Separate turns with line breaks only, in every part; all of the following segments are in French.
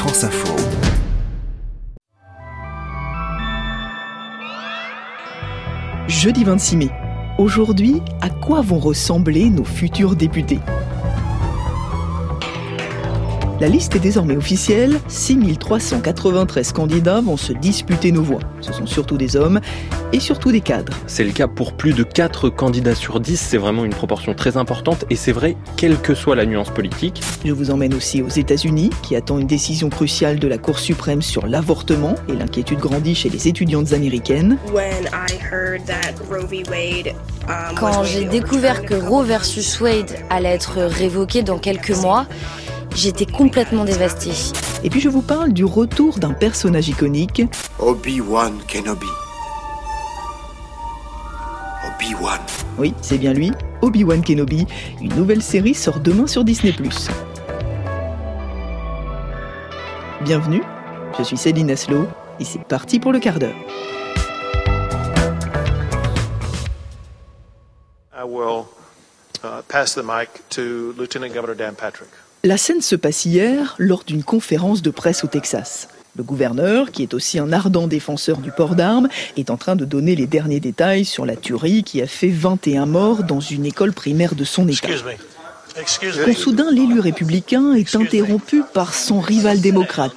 France Info.
Jeudi 26 mai. Aujourd'hui, à quoi vont ressembler nos futurs députés ? La liste est désormais officielle, 6393 candidats vont se disputer nos voix. Ce sont surtout des hommes et surtout des cadres.
C'est le cas pour plus de 4 candidats sur 10, c'est vraiment une proportion très importante et c'est vrai, quelle que soit la nuance politique.
Je vous emmène aussi aux États-Unis, qui attend une décision cruciale de la Cour suprême sur l'avortement et l'inquiétude grandit chez les étudiantes américaines.
Quand j'ai découvert que Roe versus Wade allait être révoqué dans quelques mois, j'étais complètement dévastée.
Et puis je vous parle du retour d'un personnage iconique.
Obi-Wan Kenobi. Obi-Wan.
Oui, c'est bien lui, Obi-Wan Kenobi. Une nouvelle série sort demain sur Disney+. Bienvenue, je suis Céline Aslo et c'est parti pour le quart d'heure.
I will pass the mic to Lieutenant Governor Dan Patrick.
La scène se passe hier lors d'une conférence de presse au Texas. Le gouverneur, qui est aussi un ardent défenseur du port d'armes, est en train de donner les derniers détails sur la tuerie qui a fait 21 morts dans une école primaire de son État. Quand soudain l'élu républicain est interrompu par son rival démocrate.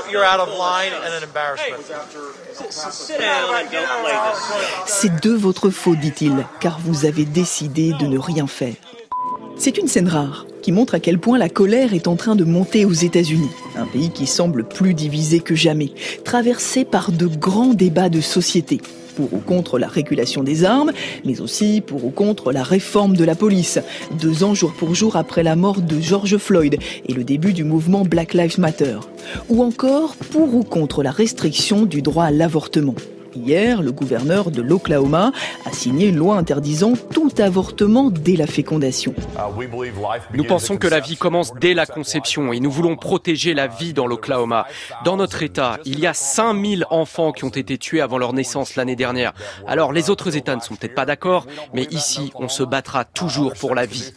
C'est de votre faute, dit-il, car vous avez décidé de ne rien faire. C'est une scène rare qui montre à quel point la colère est en train de monter aux États-Unis, un pays qui semble plus divisé que jamais, traversé par de grands débats de société, pour ou contre la régulation des armes, mais aussi pour ou contre la réforme de la police, 2 ans jour pour jour après la mort de George Floyd et le début du mouvement Black Lives Matter, ou encore pour ou contre la restriction du droit à l'avortement. Hier, le gouverneur de l'Oklahoma a signé une loi interdisant tout avortement dès la fécondation.
Nous pensons que la vie commence dès la conception et nous voulons protéger la vie dans l'Oklahoma. Dans notre État, il y a 5000 enfants qui ont été tués avant leur naissance l'année dernière. Alors les autres États ne sont peut-être pas d'accord, mais ici, on se battra toujours pour la vie.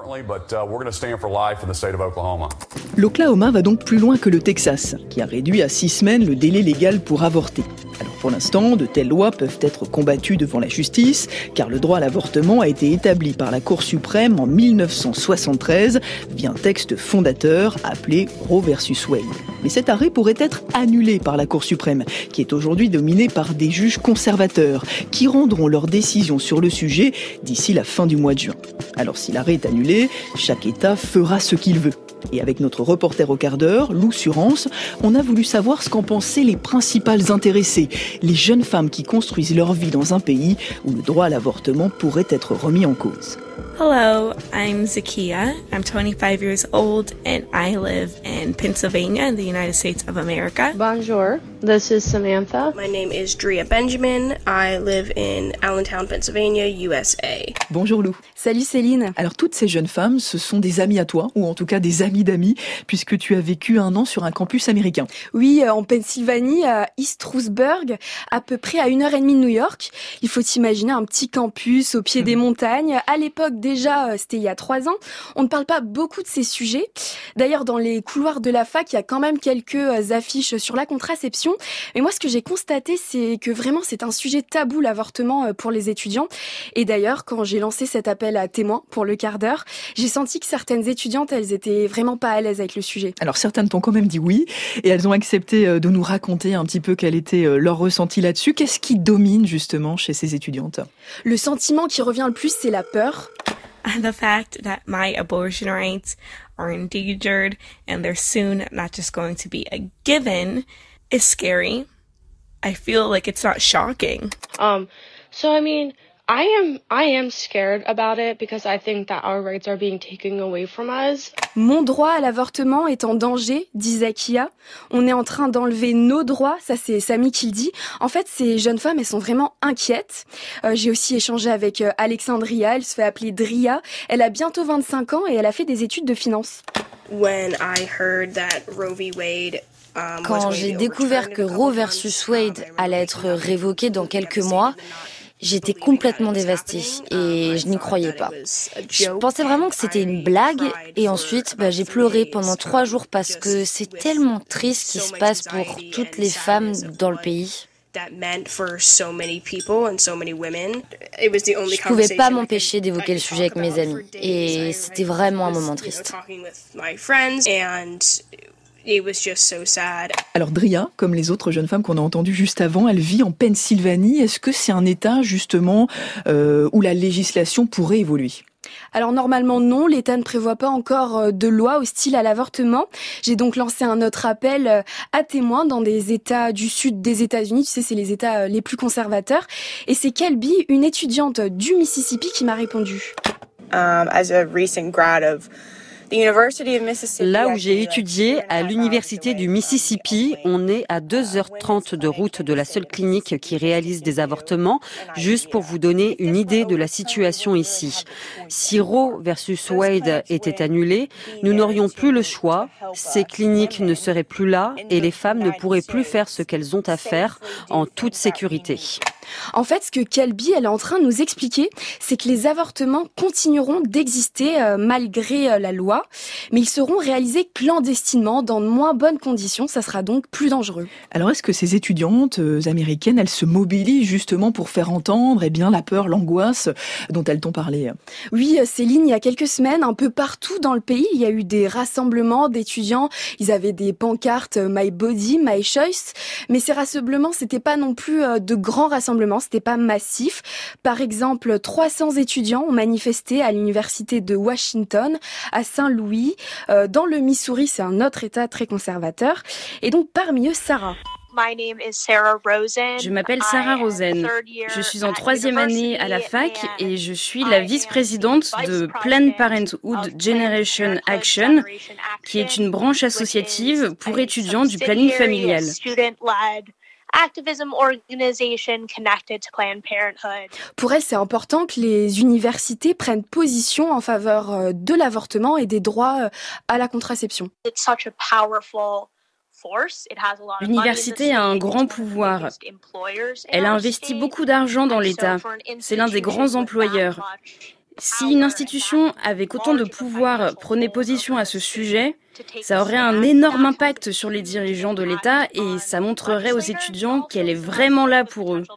L'Oklahoma va donc plus loin que le Texas, qui a réduit à 6 semaines le délai légal pour avorter. Alors pour l'instant, de telles lois peuvent être combattues devant la justice, car le droit à l'avortement a été établi par la Cour suprême en 1973 via un texte fondateur appelé Roe versus Wade. Mais cet arrêt pourrait être annulé par la Cour suprême, qui est aujourd'hui dominée par des juges conservateurs, qui rendront leur décision sur le sujet d'ici la fin du mois de juin. Alors si l'arrêt est annulé, chaque État fera ce qu'il veut. Et avec notre reporter au quart d'heure, Lou Surance, on a voulu savoir ce qu'en pensaient les principales intéressées, les jeunes femmes qui construisent leur vie dans un pays où le droit à l'avortement pourrait être remis en cause.
Hello, I'm Zakia. I'm 25 years old and I live in Pennsylvania in the United States of America.
Bonjour, this is Samantha.
My name is Drea Benjamin. I live in Allentown, Pennsylvania, USA.
Bonjour Lou.
Salut Céline.
Alors toutes ces jeunes femmes, ce sont des amies à toi, ou en tout cas des amis d'amis, puisque tu as vécu 1 an sur un campus américain.
Oui, en Pennsylvanie, à East Stroudsburg, à peu près à 1h30 de New York. Il faut imaginer un petit campus au pied des montagnes. À l'époque, déjà, c'était il y a 3 ans. On ne parle pas beaucoup de ces sujets. D'ailleurs, dans les couloirs de la fac, il y a quand même quelques affiches sur la contraception. Mais moi, ce que j'ai constaté, c'est que vraiment, c'est un sujet tabou, l'avortement, pour les étudiants. Et d'ailleurs, quand j'ai lancé cet appel à témoins pour le quart d'heure, j'ai senti que certaines étudiantes, elles étaient vraiment pas à l'aise avec le sujet.
Alors certaines t'ont quand même dit oui, et elles ont accepté de nous raconter un petit peu quel était leur ressenti là-dessus. Qu'est-ce qui domine justement chez ces étudiantes ?
Le sentiment qui revient le plus, c'est la peur.
The fact that my abortion rights are endangered and they're soon not just going to be a given is scary. I feel like it's not shocking.
I am scared about it because I think that our rights are being taken away from us.
Mon droit à l'avortement est en danger, dit Zakia. On est en train d'enlever nos droits, ça c'est Samy qui le dit. En fait, ces jeunes femmes, elles sont vraiment inquiètes. J'ai aussi échangé avec Alexandria, elle se fait appeler Dria. Elle a bientôt 25 ans et elle a fait des études de finance.
Quand j'ai découvert que Roe versus Wade allait être révoqué dans quelques mois, J'étais complètement dévastée et je n'y croyais pas. Je pensais vraiment que c'était une blague et ensuite j'ai pleuré pendant 3 jours parce que c'est tellement triste ce qui se passe pour toutes les femmes dans le pays. Je pouvais pas m'empêcher d'évoquer le sujet avec mes amis et c'était vraiment un moment triste.
Alors Dria, comme les autres jeunes femmes qu'on a entendues juste avant, elle vit en Pennsylvanie. Est-ce que c'est un État justement où la législation pourrait évoluer ?
Alors normalement non, l'État ne prévoit pas encore de loi hostile à l'avortement. J'ai donc lancé un autre appel à témoins dans des États du sud des États-Unis. Tu sais, c'est les États les plus conservateurs. Et c'est Kelby, une étudiante du Mississippi, qui m'a répondu.
As a recent grad of Là où j'ai étudié, à l'université du Mississippi, on est à 2h30 de route de la seule clinique qui réalise des avortements, juste pour vous donner une idée de la situation ici. Si Roe versus Wade était annulé, nous n'aurions plus le choix, ces cliniques ne seraient plus là et les femmes ne pourraient plus faire ce qu'elles ont à faire en toute sécurité.
En fait, ce que Kelby elle est en train de nous expliquer, c'est que les avortements continueront d'exister malgré la loi, mais ils seront réalisés clandestinement, dans de moins bonnes conditions. Ça sera donc plus dangereux.
Alors, est-ce que ces étudiantes américaines, elles se mobilisent justement pour faire entendre la peur, l'angoisse dont elles t'ont parlé ?
Oui, Céline, il y a quelques semaines, un peu partout dans le pays, il y a eu des rassemblements d'étudiants. Ils avaient des pancartes My Body, My Choice, mais ces rassemblements, c'était pas non plus de grands rassemblements. C'était pas massif. Par exemple, 300 étudiants ont manifesté à l'université de Washington, à Saint-Louis, dans le Missouri, c'est un autre État très conservateur. Et donc parmi eux, Sarah.
Je m'appelle Sarah Rosen. Je suis en 3e année à la fac et je suis la vice-présidente de Planned Parenthood Generation Action, qui est une branche associative pour étudiants du planning familial.
Pour elle, c'est important que les universités prennent position en faveur de l'avortement et des droits à la contraception.
L'université a un grand pouvoir. Elle a investi beaucoup d'argent dans l'État. C'est l'un des grands employeurs. Si une institution avec autant de pouvoir prenait position à ce sujet, ça aurait un énorme impact sur les dirigeants de l'État et ça montrerait aux étudiants qu'elle est vraiment là pour eux.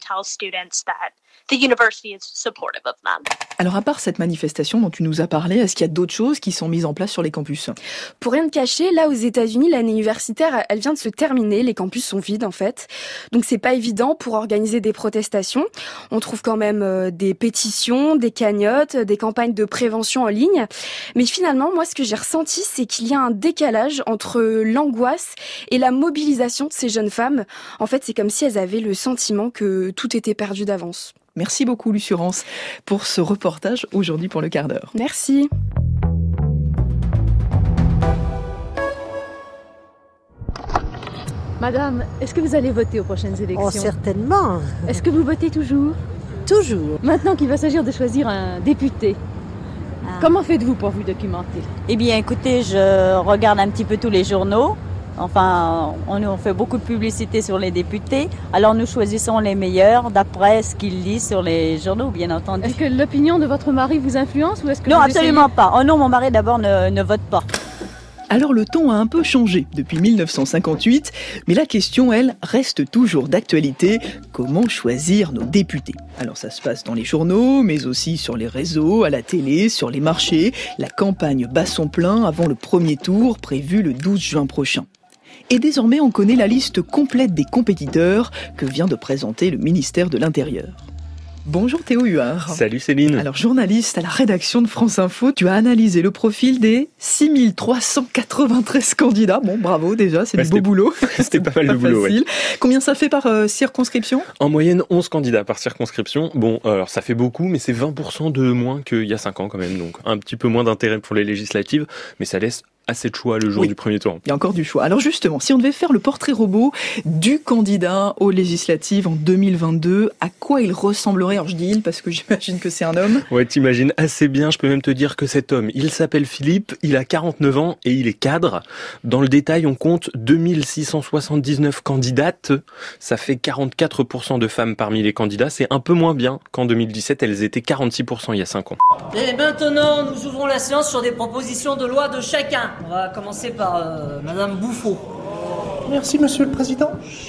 Alors à part cette manifestation dont tu nous as parlé, est-ce qu'il y a d'autres choses qui sont mises en place sur les campus ?
Pour rien te cacher, là aux États-Unis, l'année universitaire, elle vient de se terminer. Les campus sont vides en fait. Donc c'est pas évident pour organiser des protestations. On trouve quand même des pétitions, des cagnottes, des campagnes de prévention en ligne. Mais finalement, moi ce que j'ai ressenti, c'est qu'il y a un décalage entre l'angoisse et la mobilisation de ces jeunes femmes. En fait, c'est comme si elles avaient le sentiment que tout était perdu d'avance.
Merci beaucoup, Lucie Rance, pour ce reportage aujourd'hui pour le quart d'heure.
Merci.
Madame, est-ce que vous allez voter aux prochaines élections ?
Oh, certainement.
Est-ce que vous votez toujours ?
Toujours.
Maintenant qu'il va s'agir de choisir un député, comment faites-vous pour vous documenter ?
Eh bien, écoutez, je regarde un petit peu tous les journaux. Enfin, on fait beaucoup de publicité sur les députés. Alors, nous choisissons les meilleurs d'après ce qu'ils lisent sur les journaux, bien entendu.
Est-ce que l'opinion de votre mari vous influence ou est-ce que
non, absolument pas. Oh non, mon mari d'abord ne vote pas.
Alors le ton a un peu changé depuis 1958, mais la question, elle, reste toujours d'actualité. Comment choisir nos députés ? Alors ça se passe dans les journaux, mais aussi sur les réseaux, à la télé, sur les marchés. La campagne bat son plein avant le premier tour, prévu le 12 juin prochain. Et désormais, on connaît la liste complète des compétiteurs que vient de présenter le ministère de l'Intérieur. Bonjour Théo Huard.
Salut Céline.
Alors journaliste à la rédaction de France Info, tu as analysé le profil des 6393 candidats. Bon, bravo déjà, c'est du beau boulot.
C'était pas mal de boulot,
facile. Ouais. Combien ça fait par circonscription ?
En moyenne, 11 candidats par circonscription. Bon, alors ça fait beaucoup, mais c'est 20% de moins qu'il y a 5 ans quand même. Donc un petit peu moins d'intérêt pour les législatives, mais ça laisse assez de choix le jour du premier tour.
Il y a encore du choix. Alors justement, si on devait faire le portrait robot du candidat aux législatives en 2022, à quoi il ressemblerait? Alors je dis il parce que j'imagine que c'est un homme.
Ouais, t'imagines assez bien. Je peux même te dire que cet homme, il s'appelle Philippe, il a 49 ans et il est cadre. Dans le détail, on compte 2679 candidates. Ça fait 44% de femmes parmi les candidats. C'est un peu moins bien qu'en 2017. Elles étaient 46% il y a 5 ans.
Et maintenant, nous ouvrons la séance sur des propositions de loi de chacun. On va commencer par Madame Bouffaut.
Merci, Monsieur le Président.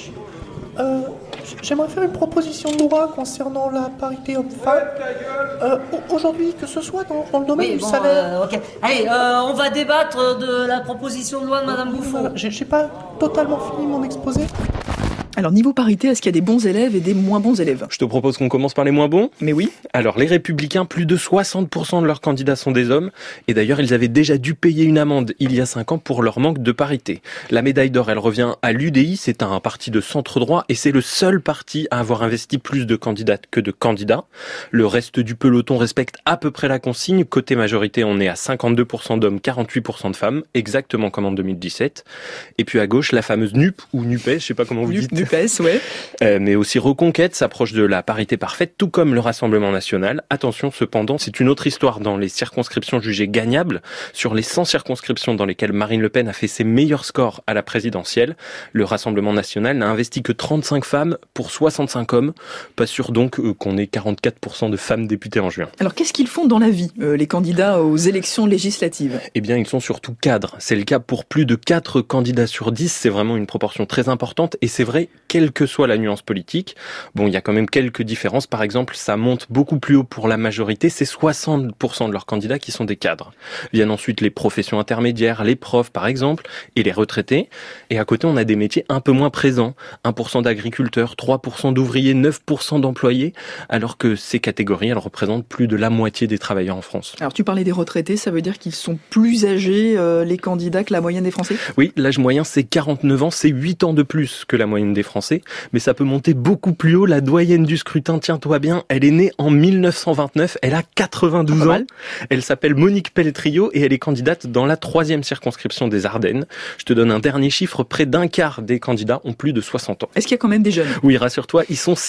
J'aimerais faire une proposition de loi concernant la parité homme-femme. Aujourd'hui, que ce soit dans le domaine du salaire.
Ok. Allez, on va débattre de la proposition de loi de Madame Bouffaut.
J'ai pas totalement fini mon exposé.
Alors niveau parité, est-ce qu'il y a des bons élèves et des moins bons élèves?
Je te propose qu'on commence par les moins bons.
Mais oui.
Alors les Républicains, plus de 60% de leurs candidats sont des hommes. Et d'ailleurs, ils avaient déjà dû payer une amende il y a 5 ans pour leur manque de parité. La médaille d'or, elle revient à l'UDI. C'est un parti de centre droit et c'est le seul parti à avoir investi plus de candidates que de candidats. Le reste du peloton respecte à peu près la consigne. Côté majorité, on est à 52% d'hommes, 48% de femmes, exactement comme en 2017. Et puis à gauche, la fameuse NUP ou NUPES, je sais pas comment vous dites.
NUPES, ouais.
Mais aussi Reconquête s'approche de la parité parfaite, tout comme le Rassemblement national. Attention cependant, c'est une autre histoire dans les circonscriptions jugées gagnables. Sur les 100 circonscriptions dans lesquelles Marine Le Pen a fait ses meilleurs scores à la présidentielle, le Rassemblement national n'a investi que 35 femmes pour 65 hommes. Pas sûr donc qu'on ait 44% de femmes députées en juin.
Alors qu'est-ce qu'ils font dans la vie, les candidats aux élections législatives?
Eh bien, ils sont surtout cadres. C'est le cas pour plus de 4 candidats sur 10. C'est vraiment une proportion très importante. Et c'est vrai, quelle que soit la nuance politique. Bon, il y a quand même quelques différences. Par exemple, ça monte beaucoup plus haut pour la majorité. C'est 60% de leurs candidats qui sont des cadres. Viennent ensuite les professions intermédiaires, les profs par exemple, et les retraités. Et à côté, on a des métiers un peu moins présents. 1% d'agriculteurs, 3% d'ouvriers, 9% d'employés, alors que ces catégories, elles représentent plus de la moitié des travailleurs en France.
Alors tu parlais des retraités, ça veut dire qu'ils sont plus âgés, les candidats, que la moyenne des Français?
Oui, l'âge moyen c'est 49 ans, c'est 8 ans de plus que la moyenne des Français, mais ça peut monter beaucoup plus haut. La doyenne du scrutin, tiens-toi bien, elle est née en 1929, elle a 92 ans. Elle s'appelle Monique Pelletrio et elle est candidate dans la 3e circonscription des Ardennes. Je te donne un dernier chiffre, près d'un quart des candidats ont plus de 60 ans.
Est-ce qu'il y a quand même des jeunes?
Oui, rassure-toi, ils sont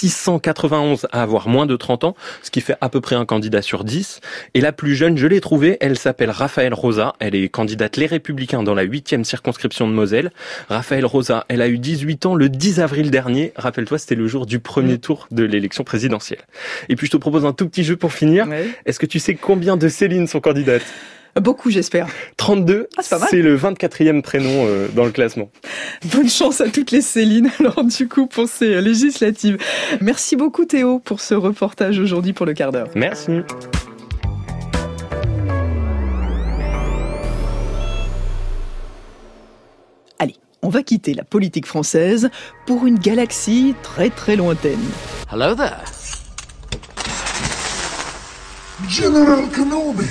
691 à avoir moins de 30 ans, ce qui fait à peu près un candidat sur 10. Et la plus jeune, je l'ai trouvée, elle s'appelle Raphaëlle Rosa, elle est candidate Les Républicains dans la 8e circonscription de Moselle. Raphaëlle Rosa, elle a eu 18 ans le 10 avril dernier. Rappelle-toi, c'était le jour du premier tour de l'élection présidentielle. Et puis je te propose un tout petit jeu pour finir. Ouais. Est-ce que tu sais combien de Céline sont candidates?
Beaucoup, j'espère.
32, c'est le 24e prénom dans le classement.
Bonne chance à toutes les Céline, alors du coup, pour ces législatives. Merci beaucoup Théo pour ce reportage aujourd'hui pour le quart d'heure.
Merci.
Allez, on va quitter la politique française pour une galaxie très très lointaine.
Hello there.
General Kenobi.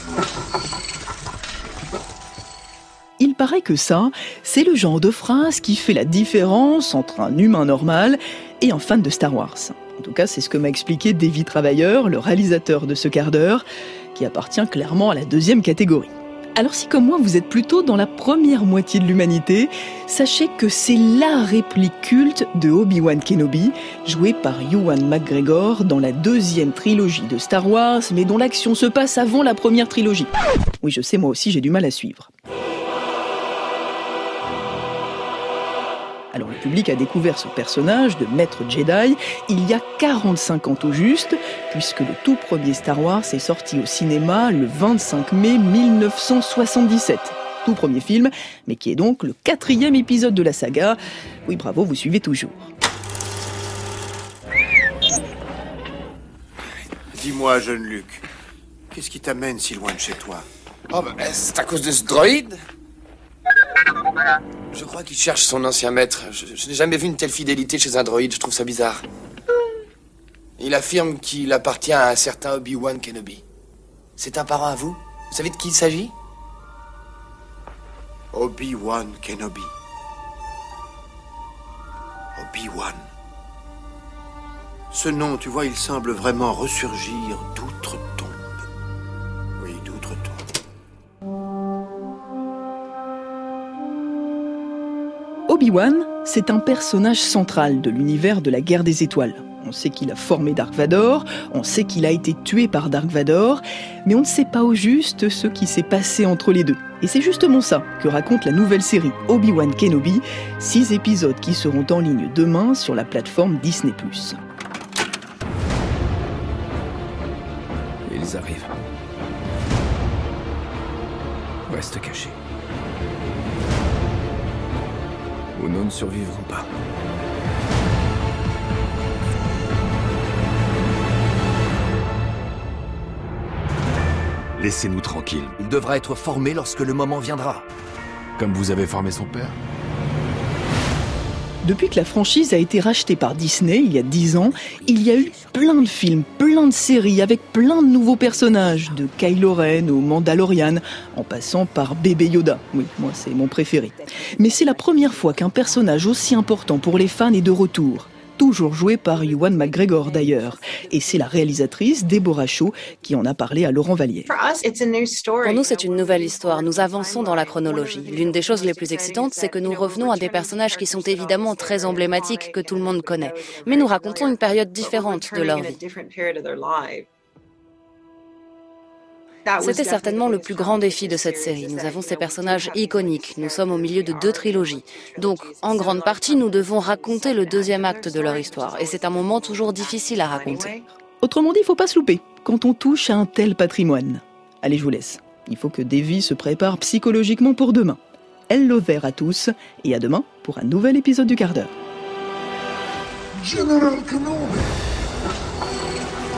Il paraît que ça, c'est le genre de phrase qui fait la différence entre un humain normal et un fan de Star Wars. En tout cas, c'est ce que m'a expliqué Davy Travailleur, le réalisateur de ce quart d'heure, qui appartient clairement à la 2e catégorie. Alors si comme moi vous êtes plutôt dans la première moitié de l'humanité, sachez que c'est la réplique culte de Obi-Wan Kenobi, joué par Ewan McGregor dans la 2e trilogie de Star Wars, mais dont l'action se passe avant la première trilogie. Oui, je sais, moi aussi j'ai du mal à suivre. Alors le public a découvert ce personnage de maître Jedi il y a 45 ans tout juste, puisque le tout premier Star Wars est sorti au cinéma le 25 mai 1977. Tout premier film, mais qui est donc le 4e épisode de la saga. Oui, bravo, vous suivez toujours.
Dis-moi, jeune Luc, qu'est-ce qui t'amène si loin de chez toi?
Oh, bah, c'est à cause de ce droïde. Je crois qu'il cherche son ancien maître. Je n'ai jamais vu une telle fidélité chez un droïde, je trouve ça bizarre. Il affirme qu'il appartient à un certain Obi-Wan Kenobi. C'est un parent à vous? Vous savez de qui il s'agit?
Obi-Wan Kenobi. Obi-Wan. Ce nom, tu vois, il semble vraiment ressurgir d'outre-tombe. Oui, d'outre-tombe.
Obi-Wan, c'est un personnage central de l'univers de la Guerre des Étoiles. On sait qu'il a formé Dark Vador, on sait qu'il a été tué par Dark Vador, mais on ne sait pas au juste ce qui s'est passé entre les deux. Et c'est justement ça que raconte la nouvelle série Obi-Wan Kenobi, 6 épisodes qui seront en ligne demain sur la plateforme Disney+.
Ils arrivent. Reste caché. Ou nous ne survivrons pas.
Laissez-nous tranquilles.
Il devra être formé lorsque le moment viendra.
Comme vous avez formé son père.
Depuis que la franchise a été rachetée par Disney il y a 10 ans, il y a eu plein de films, plein de séries avec plein de nouveaux personnages, de Kylo Ren au Mandalorian, en passant par Bébé Yoda. Oui, moi c'est mon préféré. Mais c'est la première fois qu'un personnage aussi important pour les fans est de retour. Toujours joué par Ewan McGregor d'ailleurs. Et c'est la réalisatrice Deborah Shaw qui en a parlé à Laurent Vallière.
Pour nous, c'est une nouvelle histoire. Nous avançons dans la chronologie. L'une des choses les plus excitantes, c'est que nous revenons à des personnages qui sont évidemment très emblématiques, que tout le monde connaît. Mais nous racontons une période différente de leur vie. C'était certainement le plus grand défi de cette série. Nous avons ces personnages iconiques. Nous sommes au milieu de 2 trilogies. Donc, en grande partie, nous devons raconter le 2e acte de leur histoire. Et c'est un moment toujours difficile à raconter.
Autrement dit, il ne faut pas se louper quand on touche à un tel patrimoine. Allez, je vous laisse. Il faut que Davy se prépare psychologiquement pour demain. Hello there à tous et à demain pour un nouvel épisode du quart d'heure.
General Kenobi.